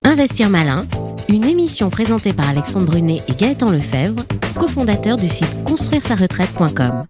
Investir malin, une émission présentée par Alexandre Brunet et Gaëtan Lefebvre, cofondateurs du site construire-sa-retraite.com.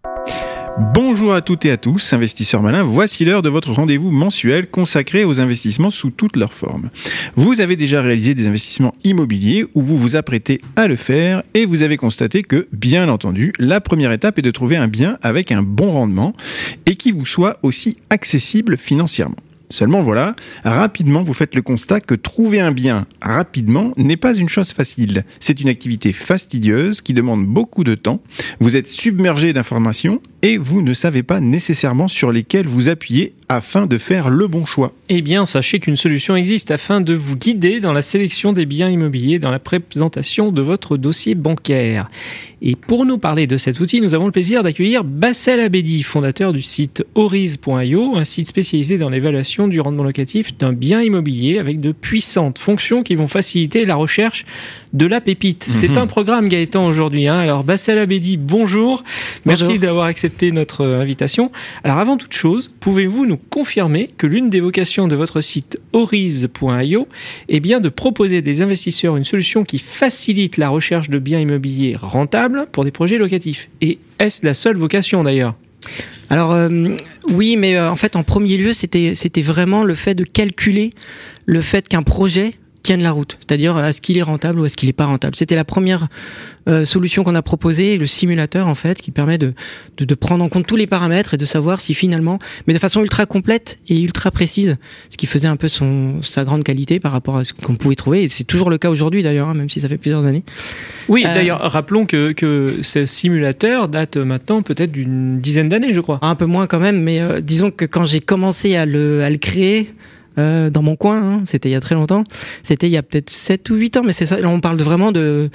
Bonjour à toutes et à tous, investisseurs malins, voici l'heure de votre rendez-vous mensuel consacré aux investissements sous toutes leurs formes. Vous avez déjà réalisé des investissements immobiliers ou vous vous apprêtez à le faire et vous avez constaté que, bien entendu, la première étape est de trouver un bien avec un bon rendement et qui vous soit aussi accessible financièrement. Seulement voilà, rapidement vous faites le constat que trouver un bien rapidement n'est pas une chose facile. C'est une activité fastidieuse qui demande beaucoup de temps. Vous êtes submergé d'informations et vous ne savez pas nécessairement sur lesquelles vous appuyer afin de faire le bon choix. Eh bien, sachez qu'une solution existe afin de vous guider dans la sélection des biens immobiliers, dans la présentation de votre dossier bancaire. Et pour nous parler de cet outil, nous avons le plaisir d'accueillir Bassel Abedi, fondateur du site Oriz.io, un site spécialisé dans l'évaluation du rendement locatif d'un bien immobilier avec de puissantes fonctions qui vont faciliter la recherche de la pépite. C'est un programme, Gaëtan, aujourd'hui. Alors, Bassel Abedi, bonjour. Merci d'avoir accepté notre invitation. Alors, avant toute chose, pouvez-vous nous confirmer que l'une des vocations de votre site Oriz.io est bien de proposer à des investisseurs une solution qui facilite la recherche de biens immobiliers rentables pour des projets locatifs? Et est-ce la seule vocation, d'ailleurs ? Alors oui, mais en fait en premier lieu c'était vraiment le fait de calculer le fait qu'un projet tienne la route, c'est-à-dire est-ce qu'il est rentable ou est-ce qu'il n'est pas rentable. C'était la première solution qu'on a proposée, le simulateur en fait, qui permet de prendre en compte tous les paramètres et de savoir si finalement, mais de façon ultra complète et ultra précise, ce qui faisait un peu sa grande qualité par rapport à ce qu'on pouvait trouver, et c'est toujours le cas aujourd'hui d'ailleurs, même si ça fait plusieurs années. Oui, d'ailleurs, rappelons que ce simulateur date maintenant peut-être d'une dizaine d'années, je crois. Un peu moins quand même, mais disons que quand j'ai commencé à le créer, dans mon coin, c'était il y a très longtemps, c'était il y a peut-être 7 ou 8 ans, mais c'est ça, là on parle vraiment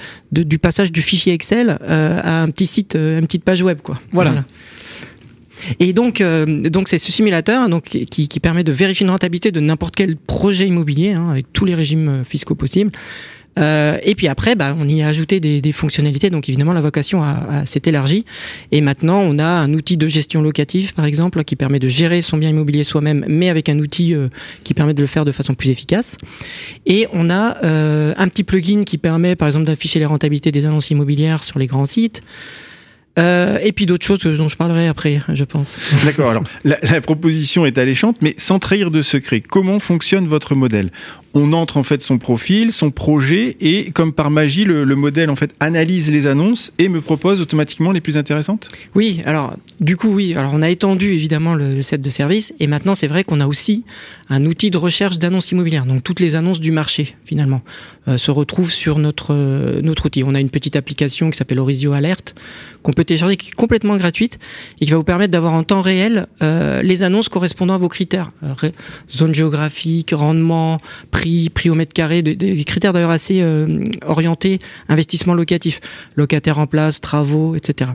du passage du fichier Excel à un petit site, une petite page web, quoi. Voilà. Et donc c'est ce simulateur qui permet de vérifier une rentabilité de n'importe quel projet immobilier, avec tous les régimes fiscaux possibles. Et puis après, on y a ajouté des fonctionnalités. Donc évidemment, la vocation s'est élargie. Et maintenant, on a un outil de gestion locative, par exemple, qui permet de gérer son bien immobilier soi-même, mais avec un outil qui permet de le faire de façon plus efficace. Et on a un petit plugin qui permet, par exemple, d'afficher les rentabilités des annonces immobilières sur les grands sites. Et puis d'autres choses dont je parlerai après, je pense. D'accord, alors la proposition est alléchante, mais sans trahir de secret, comment fonctionne votre modèle ? On entre en fait son profil, son projet, et comme par magie, le modèle en fait analyse les annonces et me propose automatiquement les plus intéressantes ? Oui, alors du coup oui. Alors on a étendu évidemment le set de services, et maintenant c'est vrai qu'on a aussi un outil de recherche d'annonces immobilières. Donc toutes les annonces du marché finalement se retrouvent sur notre outil. On a une petite application qui s'appelle Orizio Alert qu'on peut télécharger, qui est complètement gratuite et qui va vous permettre d'avoir en temps réel les annonces correspondant à vos critères, zone géographique, rendement, prix au mètre carré, des critères d'ailleurs assez orientés investissement locatif, locataire en place, travaux, etc.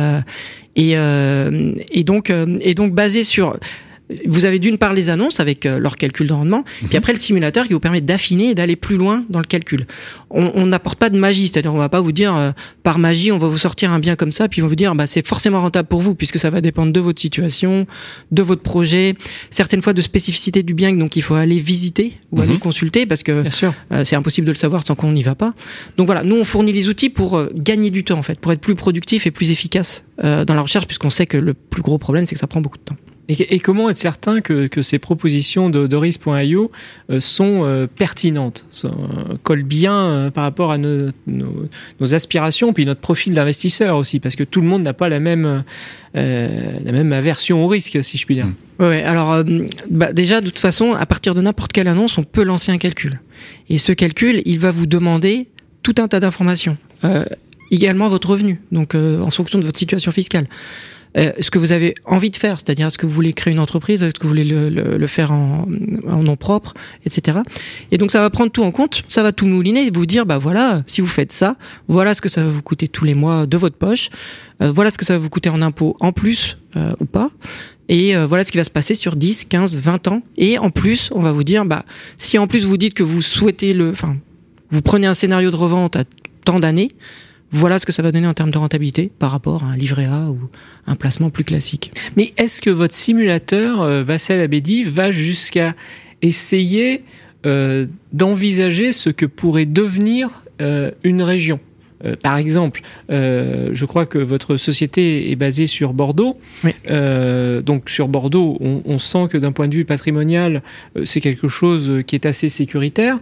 Et donc basé sur, vous avez d'une part les annonces avec leur calcul de rendement, puis après le simulateur qui vous permet d'affiner et d'aller plus loin dans le calcul. On n'apporte pas de magie, c'est-à-dire on va pas vous dire par magie on va vous sortir un bien comme ça, puis on va vous dire c'est forcément rentable pour vous, puisque ça va dépendre de votre situation, de votre projet, certaines fois de spécificité du bien, donc il faut aller visiter ou aller consulter, parce que c'est impossible de le savoir sans qu'on n'y va pas. Donc voilà, nous on fournit les outils pour gagner du temps en fait, pour être plus productif et plus efficace dans la recherche, puisqu'on sait que le plus gros problème c'est que ça prend beaucoup de temps. Et comment être certain que ces propositions d'Oriz.io sont pertinentes, collent bien par rapport à nos aspirations, puis notre profil d'investisseur aussi, parce que tout le monde n'a pas la même aversion au risque, si je puis dire. Ouais, alors déjà de toute façon, à partir de n'importe quelle annonce, on peut lancer un calcul. Et ce calcul, il va vous demander tout un tas d'informations. Également votre revenu, donc en fonction de votre situation fiscale. Ce que vous avez envie de faire, c'est-à-dire est-ce que vous voulez créer une entreprise, est-ce que vous voulez le faire en nom propre, etc. Et donc ça va prendre tout en compte, ça va tout mouliner et vous dire voilà, si vous faites ça, voilà ce que ça va vous coûter tous les mois de votre poche, voilà ce que ça va vous coûter en impôts en plus ou pas, et voilà ce qui va se passer sur 10, 15, 20 ans. Et en plus, on va vous dire si en plus vous dites que vous souhaitez vous prenez un scénario de revente à tant d'années, voilà ce que ça va donner en termes de rentabilité par rapport à un livret A ou un placement plus classique. Mais est-ce que votre simulateur, Bassel Abedi, va jusqu'à essayer d'envisager ce que pourrait devenir une région. Par exemple, je crois que votre société est basée sur Bordeaux. Oui. Donc sur Bordeaux, on sent que d'un point de vue patrimonial, c'est quelque chose qui est assez sécuritaire.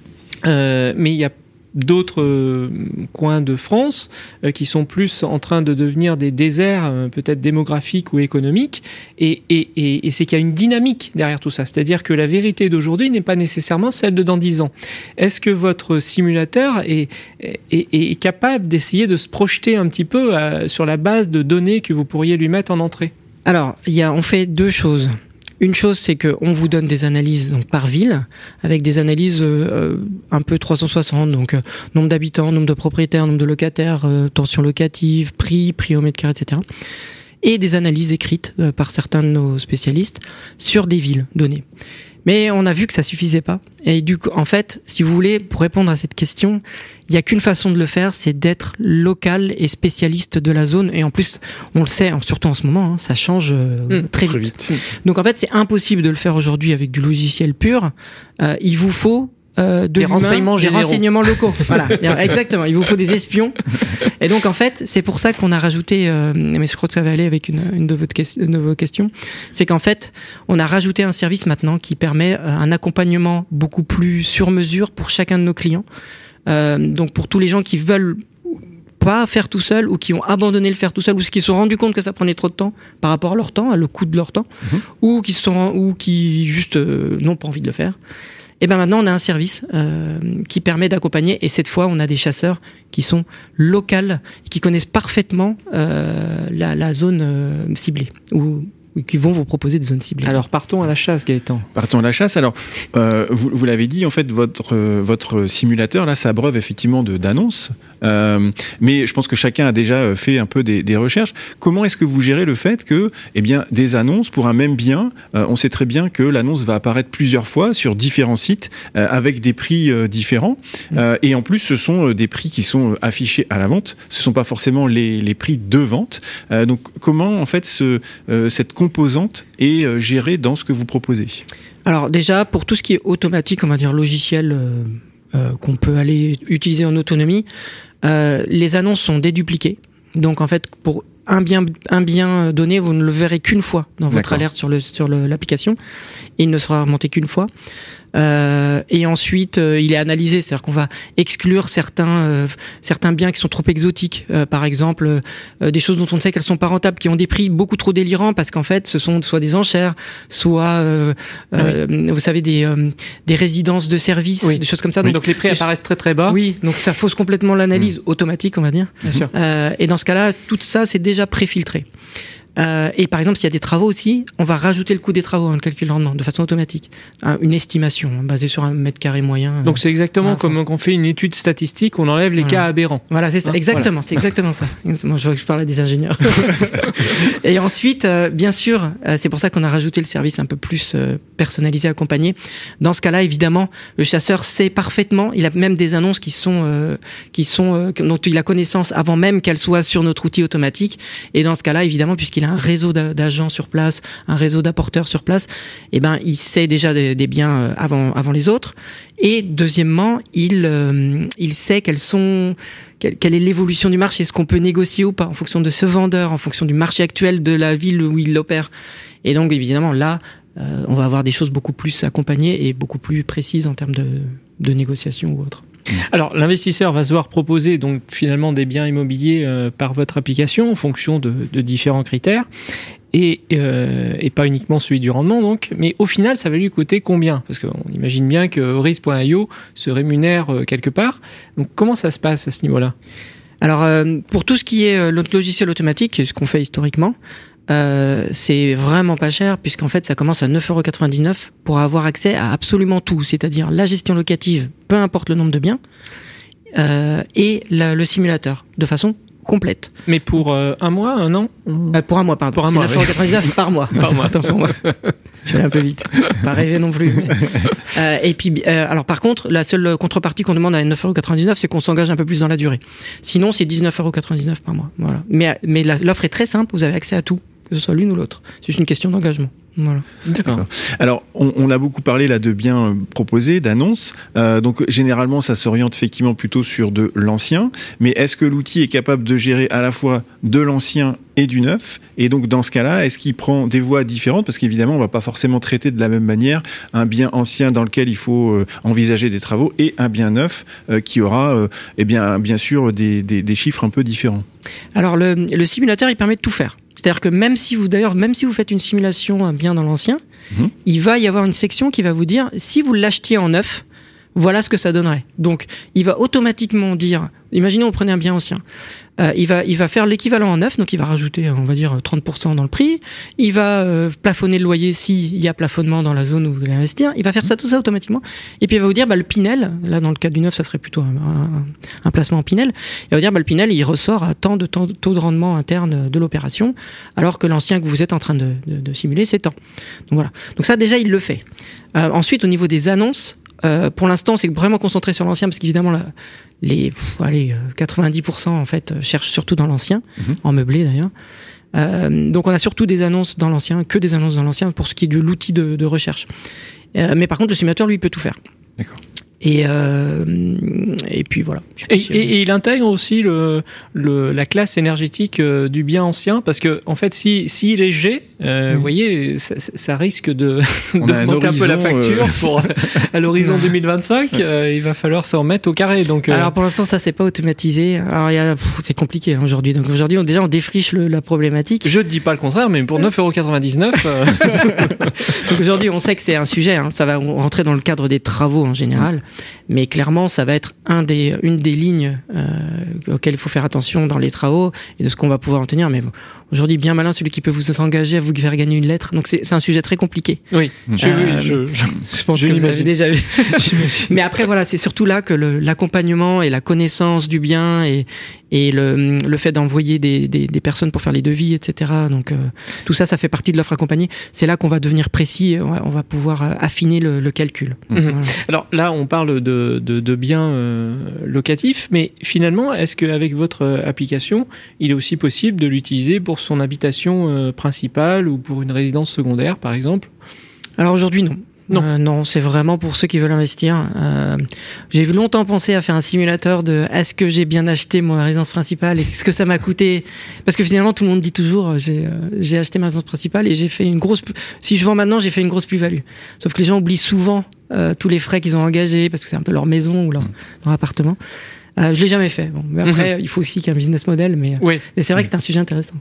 Mais il y a d'autres coins de France qui sont plus en train de devenir des déserts peut-être démographiques ou économiques et c'est qu'il y a une dynamique derrière tout ça, c'est-à-dire que la vérité d'aujourd'hui n'est pas nécessairement celle de dans 10 ans. Est-ce que votre simulateur est capable d'essayer de se projeter un petit peu sur la base de données que vous pourriez lui mettre en entrée? Alors, on fait 2 choses. Une chose, c'est qu'on vous donne des analyses donc par ville, avec des analyses un peu 360, donc nombre d'habitants, nombre de propriétaires, nombre de locataires, tension locative, prix au mètre carré, etc. Et des analyses écrites par certains de nos spécialistes sur des villes données. Mais on a vu que ça suffisait pas. Et du coup, en fait, si vous voulez, pour répondre à cette question, il y a qu'une façon de le faire, c'est d'être local et spécialiste de la zone. Et en plus, on le sait, surtout en ce moment, ça change très vite. Donc en fait, c'est impossible de le faire aujourd'hui avec du logiciel pur. Il vous faut des renseignements locaux. Voilà, exactement. Il vous faut des espions. Et donc en fait, c'est pour ça qu'on a rajouté, mais je crois que ça va aller avec une de vos questions, c'est qu'en fait, on a rajouté un service maintenant qui permet un accompagnement beaucoup plus sur mesure pour chacun de nos clients. Donc pour tous les gens qui veulent pas faire tout seul ou qui ont abandonné le faire tout seul ou qui se sont rendus compte que ça prenait trop de temps par rapport à leur temps, à le coût de leur temps, ou qui juste n'ont pas envie de le faire. Et ben maintenant on a un service qui permet d'accompagner, et cette fois on a des chasseurs qui sont locaux, qui connaissent parfaitement la zone ciblée, ou qui vont vous proposer des zones ciblées. Alors partons à la chasse, Gaëtan. Partons à la chasse. Alors vous l'avez dit, en fait votre simulateur là s'abreuve effectivement d'annonces, mais je pense que chacun a déjà fait un peu des recherches. Comment est-ce que vous gérez le fait que des annonces pour un même bien, on sait très bien que l'annonce va apparaître plusieurs fois sur différents sites avec des prix différents, et en plus ce sont des prix qui sont affichés à la vente, ce sont pas forcément les prix de vente. Donc comment en fait cette composante est gérée dans ce que vous proposez? Alors déjà, pour tout ce qui est automatique, on va dire logiciel qu'on peut aller utiliser en autonomie, les annonces sont dédupliquées. Donc en fait, pour un bien donné, vous ne le verrez qu'une fois dans votre alerte sur l'application. Il ne sera remonté qu'une fois. Et ensuite, il est analysé, c'est-à-dire qu'on va exclure certains biens qui sont trop exotiques, par exemple des choses dont on sait qu'elles sont pas rentables, qui ont des prix beaucoup trop délirants parce qu'en fait, ce sont soit des enchères, soit vous savez des résidences de services, des choses comme ça. Donc les prix apparaissent très très bas. Oui, donc ça fausse complètement l'analyse automatique, on va dire. Bien sûr. Et dans ce cas-là, tout ça c'est déjà préfiltré. Et par exemple, s'il y a des travaux aussi, on va rajouter le coût des travaux dans le calcul de rendement de façon automatique. Une estimation basée sur un mètre carré moyen. Donc c'est exactement comme quand on fait une étude statistique, on enlève les cas aberrants. Voilà, c'est ça. Exactement, c'est exactement ça. Moi, je vois que je parlais des ingénieurs. Et ensuite, bien sûr, c'est pour ça qu'on a rajouté le service un peu plus personnalisé, accompagné. Dans ce cas-là, évidemment, le chasseur sait parfaitement. Il a même des annonces dont il a connaissance avant même qu'elles soient sur notre outil automatique. Et dans ce cas-là, évidemment, puisqu'il a un réseau d'agents sur place, un réseau d'apporteurs sur place, il sait déjà des biens avant les autres. Et deuxièmement, il sait quelle est l'évolution du marché, est-ce qu'on peut négocier ou pas en fonction de ce vendeur, en fonction du marché actuel de la ville où il opère. Et donc évidemment là, on va avoir des choses beaucoup plus accompagnées et beaucoup plus précises en termes de négociation ou autre. Alors, l'investisseur va se voir proposer donc finalement des biens immobiliers par votre application en fonction de différents critères et pas uniquement celui du rendement donc. Mais au final, ça va lui coûter combien? Parce qu'on imagine bien que Horizon.io se rémunère quelque part. Donc, comment ça se passe à ce niveau-là? Alors, pour tout ce qui est notre logiciel automatique, ce qu'on fait historiquement, c'est vraiment pas cher puisqu'en fait ça commence à 9,99€ pour avoir accès à absolument tout, c'est-à-dire la gestion locative, peu importe le nombre de biens, et le simulateur de façon complète. Mais pour un mois, un an pour un mois, pardon. Pour un mois, 9,99€ par mois. Par mois. Attends, pour moi. Je vais aller un peu vite. Pas rêver non plus. Mais... et puis, alors par contre, la seule contrepartie qu'on demande à 9,99€, c'est qu'on s'engage un peu plus dans la durée. Sinon, c'est 19,99€ par mois. Voilà. Mais l'offre est très simple. Vous avez accès à tout, que ce soit l'une ou l'autre. C'est juste une question d'engagement. Voilà. D'accord. Alors, on a beaucoup parlé là de biens proposés, d'annonces. Donc, généralement, ça s'oriente effectivement plutôt sur de l'ancien. Mais est-ce que l'outil est capable de gérer à la fois de l'ancien et du neuf? Et donc, dans ce cas-là, est-ce qu'il prend des voies différentes? Parce qu'évidemment, on va pas forcément traiter de la même manière un bien ancien dans lequel il faut envisager des travaux et un bien neuf qui aura, bien sûr, des chiffres un peu différents. Alors, le simulateur, il permet de tout faire. C'est-à-dire que même si vous faites une simulation bien dans l'ancien, il va y avoir une section qui va vous dire, si vous l'achetiez en neuf, voilà ce que ça donnerait. Donc, il va automatiquement dire, imaginons on prenait un bien ancien, il va faire l'équivalent en neuf, donc il va rajouter, on va dire, 30% dans le prix, il va plafonner le loyer s'il y a plafonnement dans la zone où vous voulez investir, il va faire tout ça automatiquement, et puis il va vous dire, le Pinel, là dans le cas du neuf, ça serait plutôt un placement en Pinel, il va dire, le Pinel, il ressort à tant de taux de rendement interne de l'opération, alors que l'ancien que vous êtes en train de simuler, c'est tant. Donc voilà. Donc ça, déjà, il le fait. Ensuite, au niveau des annonces, pour l'instant, c'est vraiment concentré sur l'ancien parce qu'évidemment, les 90% en fait cherchent surtout dans l'ancien, en meublé d'ailleurs. Donc, on a surtout des annonces dans l'ancien, que des annonces dans l'ancien pour ce qui est de l'outil de recherche. Mais par contre, le simulateur, lui, il peut tout faire. D'accord. Et puis voilà. Et il intègre aussi la classe énergétique du bien ancien, parce que en fait, s'il est G, vous voyez, ça risque de monter un peu la facture pour à l'horizon 2025. Il va falloir se remettre au carré. Donc, alors pour l'instant, ça c'est pas automatisé. Alors c'est compliqué aujourd'hui. Donc aujourd'hui, on défriche la problématique. Je ne dis pas le contraire, mais pour 9,99 €. Donc aujourd'hui, on sait que c'est un sujet. Ça va rentrer dans le cadre des travaux en général. Mais clairement, ça va être une des lignes auxquelles il faut faire attention dans les travaux et de ce qu'on va pouvoir en tenir. Mais bon, aujourd'hui, bien malin celui qui peut vous engager à vous faire gagner une lettre. Donc c'est un sujet très compliqué. Oui, je pense que vous avez déjà vu. Mais après, voilà, c'est surtout là que l'accompagnement et la connaissance du bien et le fait d'envoyer des personnes pour faire les devis, etc. Donc tout ça fait partie de l'offre accompagnée. C'est là qu'on va devenir précis et on va pouvoir affiner le calcul. Voilà. Alors là, on parle de biens locatifs, mais finalement, est-ce qu'avec votre application, il est aussi possible de l'utiliser pour son habitation principale ou pour une résidence secondaire, par exemple? Alors aujourd'hui, non. Non, c'est vraiment pour ceux qui veulent investir. J'ai longtemps pensé à faire un simulateur de est-ce que j'ai bien acheté ma résidence principale et ce que ça m'a coûté, parce que finalement tout le monde dit toujours j'ai acheté ma résidence principale et j'ai fait une grosse, si je vends maintenant, j'ai fait une grosse plus-value. Sauf que les gens oublient souvent tous les frais qu'ils ont engagés parce que c'est un peu leur maison ou leur appartement. Je l'ai jamais fait. Bon, mais après, il faut aussi qu'il y ait un business model, mais c'est vrai que c'est un sujet intéressant.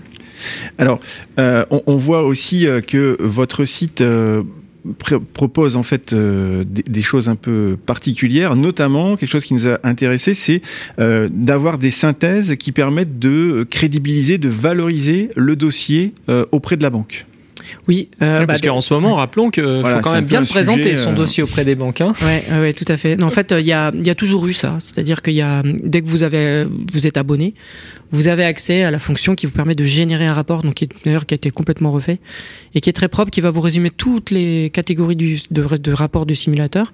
Alors, on voit aussi que votre site propose en fait des choses un peu particulières, notamment quelque chose qui nous a intéressé, c'est d'avoir des synthèses qui permettent de crédibiliser, de valoriser le dossier auprès de la banque. Oui, parce qu'en ce moment, rappelons qu'il faut quand même bien présenter son dossier auprès des banques. Ouais, tout à fait. Non, en fait, il y a toujours eu ça. C'est-à-dire qu'il y a, dès que vous êtes abonné, vous avez accès à la fonction qui vous permet de générer un rapport, donc qui a été complètement refait et qui est très propre, qui va vous résumer toutes les catégories de rapports du simulateur.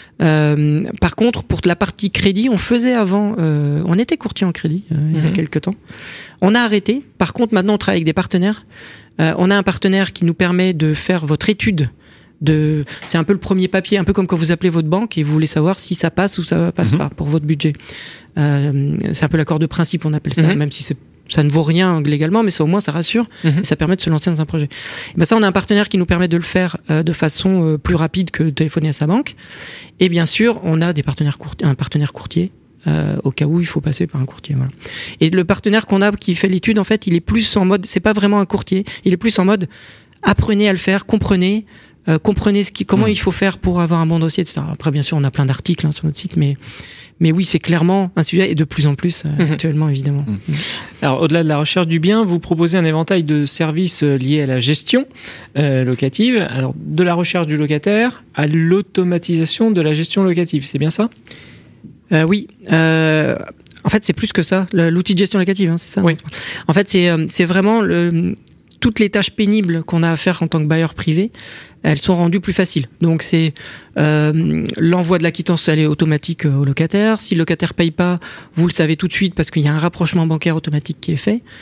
Par contre, pour la partie crédit, on faisait avant, on était courtier en crédit il y a quelques temps. On a arrêté. Par contre, maintenant, on travaille avec des partenaires. On a un partenaire qui nous permet de faire votre étude. C'est un peu le premier papier, un peu comme quand vous appelez votre banque et vous voulez savoir si ça passe ou ça passe pas pour votre budget. C'est un peu l'accord de principe, on appelle ça, même si ça ne vaut rien légalement, mais ça au moins ça rassure et ça permet de se lancer dans un projet. Et ben ça, on a un partenaire qui nous permet de le faire de façon plus rapide que de téléphoner à sa banque. Et bien sûr, on a un partenaire courtier. Au cas où il faut passer par un courtier, voilà. Et le partenaire qu'on a qui fait l'étude, en fait, il est plus en mode, c'est pas vraiment un courtier, il est plus en mode apprenez à le faire, comprenez comment il faut faire pour avoir un bon dossier, etc. Après, bien sûr, on a plein d'articles sur notre site, mais oui, c'est clairement un sujet et de plus en plus actuellement, évidemment. Alors, au-delà de la recherche du bien, vous proposez un éventail de services liés à la gestion locative. Alors, de la recherche du locataire à l'automatisation de la gestion locative, c'est bien ça ? Oui. En fait, c'est plus que ça. L'outil de gestion locative, c'est ça. Oui. En fait, c'est vraiment toutes les tâches pénibles qu'on a à faire en tant que bailleur privé, elles sont rendues plus faciles. Donc c'est l'envoi de la quittance, elle est automatique au locataire. Si le locataire paye pas, vous le savez tout de suite parce qu'il y a un rapprochement bancaire automatique qui est fait.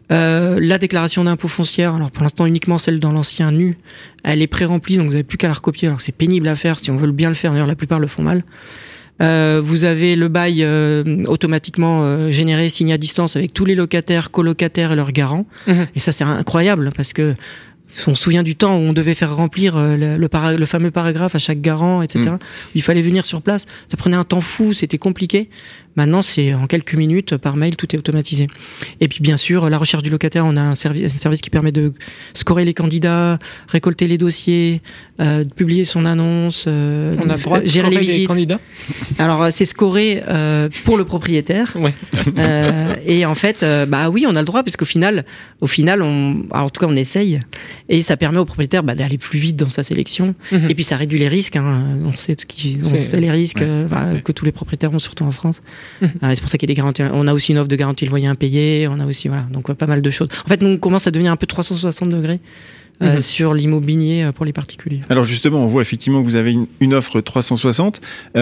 La déclaration d'impôt foncière, alors pour l'instant uniquement celle dans l'ancien NU, elle est pré-remplie, donc vous n'avez plus qu'à la recopier, alors c'est pénible à faire si on veut bien le faire, d'ailleurs la plupart le font mal. Vous avez le bail automatiquement généré, signé à distance avec tous les locataires, colocataires et leurs garants. Et ça c'est incroyable parce que on se souvient du temps où on devait faire remplir le fameux paragraphe à chaque garant, etc. Où il fallait venir sur place. Ça prenait un temps fou, c'était compliqué. Maintenant, c'est en quelques minutes, par mail, tout est automatisé. Et puis, bien sûr, la recherche du locataire, on a un service qui permet de scorer les candidats, récolter les dossiers, publier son annonce, On a le droit de gérer les scorer les visites. candidats. Alors, c'est scoré pour le propriétaire. Ouais. Et en fait, bah oui, on a le droit, parce qu'au final, alors, en tout cas, on essaye. Et ça permet au propriétaire d'aller plus vite dans sa sélection. Et puis, ça réduit les risques. Hein. On sait les risques que tous les propriétaires ont, surtout en France. C'est pour ça qu'il y a des garanties. On a aussi une offre de garantie de loyer impayé. On a aussi, donc pas mal de choses. En fait, nous, on commence à devenir un peu 360 degrés. Sur l'immobilier pour les particuliers. Alors justement, on voit effectivement que vous avez une offre 360.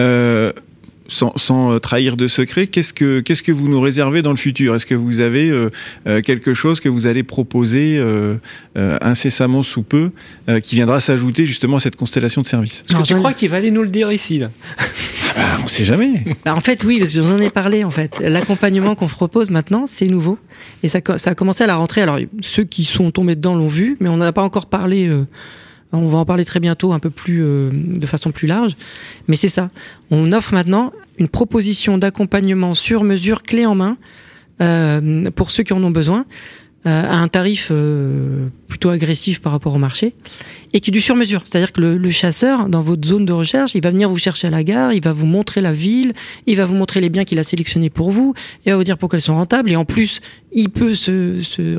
Sans trahir de secret, qu'est-ce que vous nous réservez dans le futur ? Est-ce que vous avez quelque chose que vous allez proposer incessamment sous peu, qui viendra s'ajouter justement à cette constellation de services ? Est-ce que tu crois qu'il va aller nous le dire ici, là ? On ne sait jamais. En fait, oui, parce que j'en ai parlé. En fait, l'accompagnement qu'on propose maintenant, c'est nouveau, et ça a commencé à la rentrée. Alors, ceux qui sont tombés dedans l'ont vu, mais on n'en a pas encore parlé. On va en parler très bientôt, un peu plus de façon plus large. Mais c'est ça. On offre maintenant une proposition d'accompagnement sur mesure, clé en main, pour ceux qui en ont besoin, à un tarif plutôt agressif par rapport au marché, et qui est du sur-mesure. C'est-à-dire que le chasseur, dans votre zone de recherche, il va venir vous chercher à la gare, il va vous montrer la ville, il va vous montrer les biens qu'il a sélectionnés pour vous, et va vous dire pourquoi ils sont rentables, et en plus, il peut se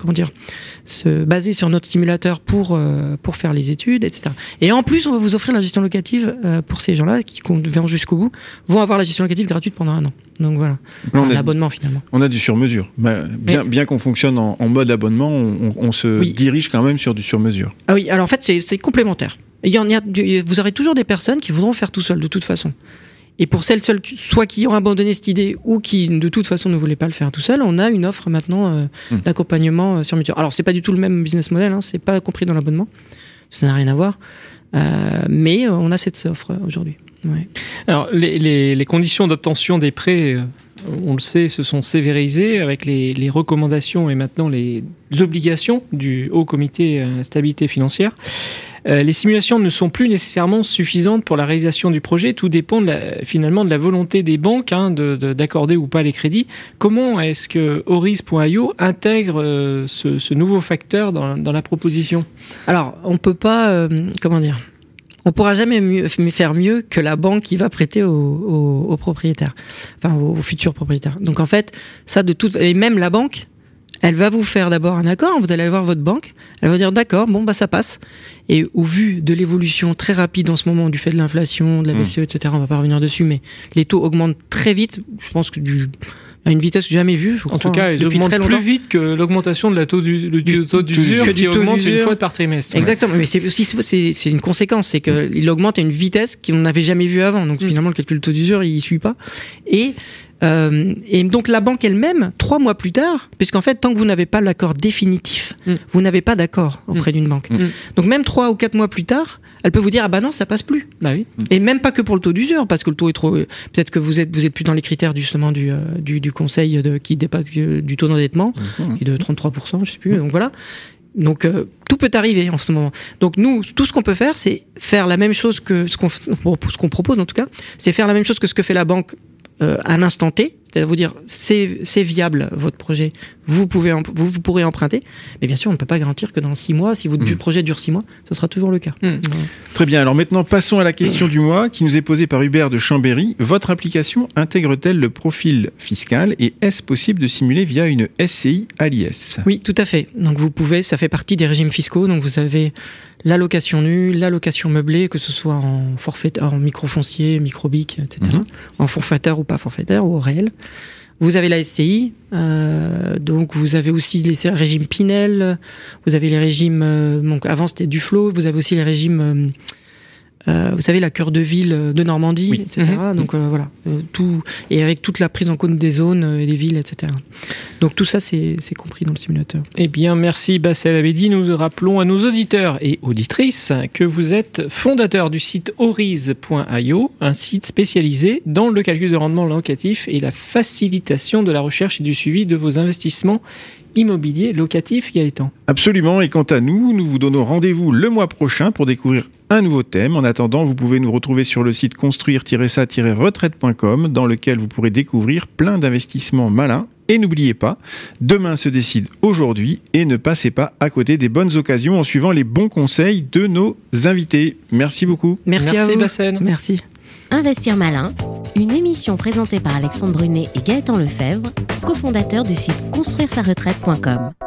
baser sur notre simulateur pour faire les études, etc. Et en plus, on va vous offrir la gestion locative pour ces gens-là qui vont jusqu'au bout, vont avoir la gestion locative gratuite pendant 1 an. Donc voilà, l'abonnement finalement. On a du sur-mesure. Bien qu'on fonctionne en mode abonnement, on se dirige quand même sur du sur-mesure. Ah oui, alors en fait, c'est complémentaire. Vous aurez toujours des personnes qui voudront faire tout seul, de toute façon. Et pour celles soit qui ont abandonné cette idée ou qui de toute façon ne voulaient pas le faire tout seul, on a une offre maintenant d'accompagnement sur mesure. Alors c'est pas du tout le même business model, c'est pas compris dans l'abonnement, ça n'a rien à voir, mais on a cette offre aujourd'hui. Ouais. Alors les conditions d'obtention des prêts, on le sait, se sont sévérisées avec les recommandations et maintenant les obligations du Haut Comité à la stabilité financière. Les simulations ne sont plus nécessairement suffisantes pour la réalisation du projet. Tout dépend finalement de la volonté des banques d'accorder ou pas les crédits. Comment est-ce que Horizon.io intègre ce nouveau facteur dans la proposition ? Alors, on peut pas... on pourra jamais faire mieux que la banque qui va prêter aux propriétaires, enfin aux futurs propriétaires. Donc en fait, et même la banque, elle va vous faire d'abord un accord. Vous allez aller voir votre banque, elle va dire d'accord, ça passe. Et au vu de l'évolution très rapide en ce moment du fait de l'inflation, de la BCE, etc., on va pas revenir dessus, mais les taux augmentent très vite. Je pense que à une vitesse jamais vue, je crois. En tout cas, ils augmentent plus vite que l'augmentation de du taux d'usure qui augmente une fois par trimestre. Exactement, mais c'est une conséquence, c'est qu'il augmente à une vitesse qu'on n'avait jamais vue avant. Donc finalement, le calcul de taux d'usure, il suit pas. Et donc la banque elle-même, 3 mois plus tard, puisqu'en fait, tant que vous n'avez pas l'accord définitif, vous n'avez pas d'accord auprès d'une banque. Donc même 3 ou 4 mois plus tard, elle peut vous dire non, ça passe plus. Bah oui. Et même pas que pour le taux d'usure, parce que le taux est trop. Peut-être que vous êtes plus dans les critères justement du conseil qui dépasse du taux d'endettement, qui est de 33%, je sais plus. Donc voilà. Donc tout peut arriver en ce moment. Donc nous, tout ce qu'on peut faire, c'est faire la même chose que ce qu'on propose en tout cas, c'est faire la même chose que ce que fait la banque à l'instant T, c'est-à-dire vous dire c'est viable votre projet, vous pourrez emprunter, mais bien sûr on ne peut pas garantir que dans 6 mois, si votre projet dure 6 mois, ce sera toujours le cas. Très bien, alors maintenant passons à la question du mois qui nous est posée par Hubert de Chambéry. Votre application intègre-t-elle le profil fiscal et est-ce possible de simuler via une SCI à l'IS ? Oui, tout à fait. Donc vous pouvez, ça fait partie des régimes fiscaux, donc vous avez la location nue, la location meublée, que ce soit en micro-foncier, micro-BIC, etc., en forfaitaire ou pas forfaitaire, ou au réel. Vous avez la SCI, donc vous avez aussi les régimes Pinel, vous avez les régimes, donc avant c'était Duflo, vous avez aussi les régimes vous savez, la cœur de ville de Normandie, Oui. etc. Donc voilà, tout, et avec toute la prise en compte des zones et des villes, etc. Donc tout ça, c'est compris dans le simulateur. Eh bien, merci Bassel Abedi. Nous rappelons à nos auditeurs et auditrices que vous êtes fondateur du site Oriz.io, un site spécialisé dans le calcul de rendement locatif et la facilitation de la recherche et du suivi de vos investissements immobiliers locatifs, Gaëtan. Absolument, et quant à nous, nous vous donnons rendez-vous le mois prochain pour découvrir un nouveau thème. En attendant, vous pouvez nous retrouver sur le site construire-ça-retraite.com dans lequel vous pourrez découvrir plein d'investissements malins. Et n'oubliez pas, demain se décide aujourd'hui et ne passez pas à côté des bonnes occasions en suivant les bons conseils de nos invités. Merci beaucoup. Merci à vous. Bassel. Merci. Investir malin, une émission présentée par Alexandre Brunet et Gaëtan Lefebvre, cofondateurs du site construire-sa-retraite.com.